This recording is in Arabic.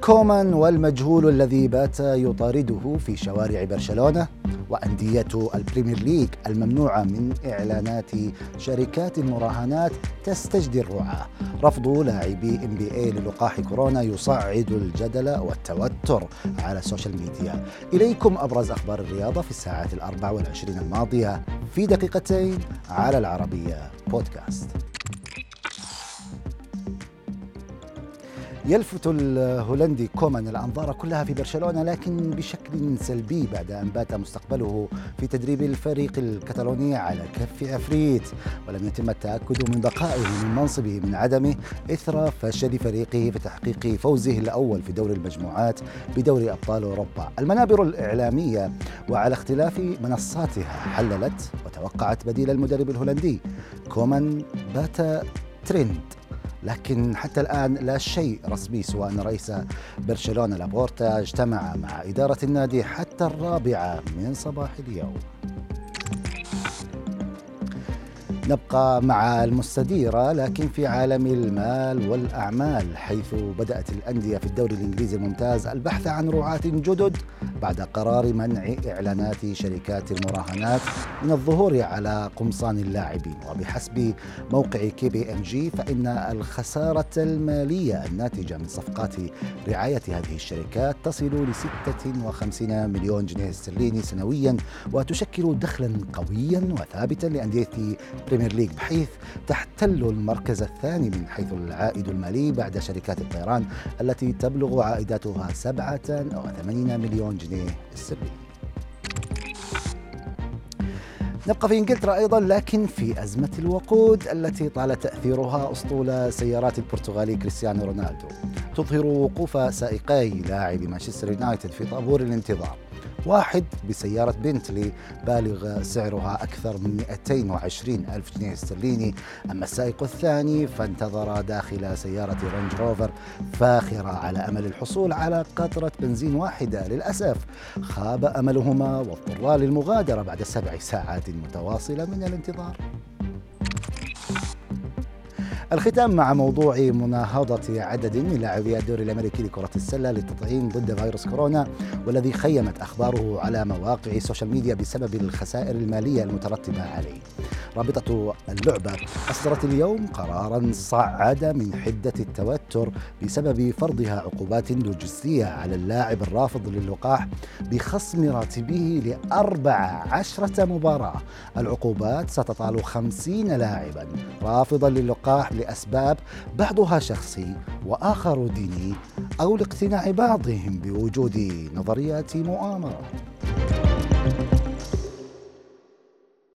كومان والمجهول الذي بات يطارده في شوارع برشلونة، وأندية البريمير ليج الممنوعة من إعلانات شركات المراهنات تستجدي الرعاة. رفض لاعبي NBA للقاح كورونا يصعد الجدل والتوتر على السوشيال ميديا. إليكم أبرز أخبار الرياضة في الساعات 24 الماضية في دقيقتين على العربية بودكاست. يلفت الهولندي كومان الأنظار كلها في برشلونة، لكن بشكل سلبي بعد أن بات مستقبله في تدريب الفريق الكتالوني على كف عفريت، ولم يتم التأكد من بقائه من منصبه من عدمه إثر فشل فريقه في تحقيق فوزه الأول في دور المجموعات بدوري أبطال أوروبا. المنابر الإعلامية وعلى اختلاف منصاتها حللت وتوقعت بديل المدرب الهولندي. كومان بات ترند، لكن حتى الآن لا شيء رسمي، سواء أن رئيس برشلونة لابورتا اجتمع مع إدارة النادي حتى 4 من صباح اليوم. نبقى مع المستديرة لكن في عالم المال والأعمال، حيث بدأت الأندية في الدوري الإنجليزي الممتاز البحث عن رعاة جدد بعد قرار منع إعلانات شركات المراهنات من الظهور على قمصان اللاعبين. وبحسب موقع KPMG فإن الخسارة المالية الناتجة من صفقات رعاية هذه الشركات تصل ل 56 مليون جنيه استرليني سنويا، وتشكل دخلا قويا وثابتا لأندية بريمير ليج، بحيث تحتل المركز الثاني من حيث العائد المالي بعد شركات الطيران التي تبلغ عائداتها 87 مليون جنيه استرليني. نبقى في إنجلترا أيضا، لكن في أزمة الوقود التي طال تأثيرها أسطول سيارات البرتغالي كريستيانو رونالدو، تظهر وقوف سائقي لاعب مانشستر يونايتد في طابور الانتظار، واحد بسيارة بنتلي بالغ سعرها أكثر من 220 ألف جنيه استرليني، أما السائق الثاني فانتظر داخل سيارة رينج روفر فاخرة على أمل الحصول على قطرة بنزين واحدة. للأسف خاب أملهما واضطرا للمغادرة بعد 7 ساعات متواصلة من الانتظار. الختام مع موضوع مناهضة عدد من لاعبي الدوري الأمريكي لكرة السلة للتطعيم ضد فيروس كورونا، والذي خيمت أخباره على مواقع السوشيال ميديا بسبب الخسائر المالية المترتبة عليه. رابطة اللعبة أصدرت اليوم قراراً صعد من حدة التوتر بسبب فرضها عقوبات لوجستية على اللاعب الرافض للقاح بخصم راتبه ل14 مباراة. العقوبات ستطال 50 لاعباً رافضاً للقاح لأسباب بعضها شخصي وآخر ديني، أو لاقتناع بعضهم بوجود نظريات مؤامرة.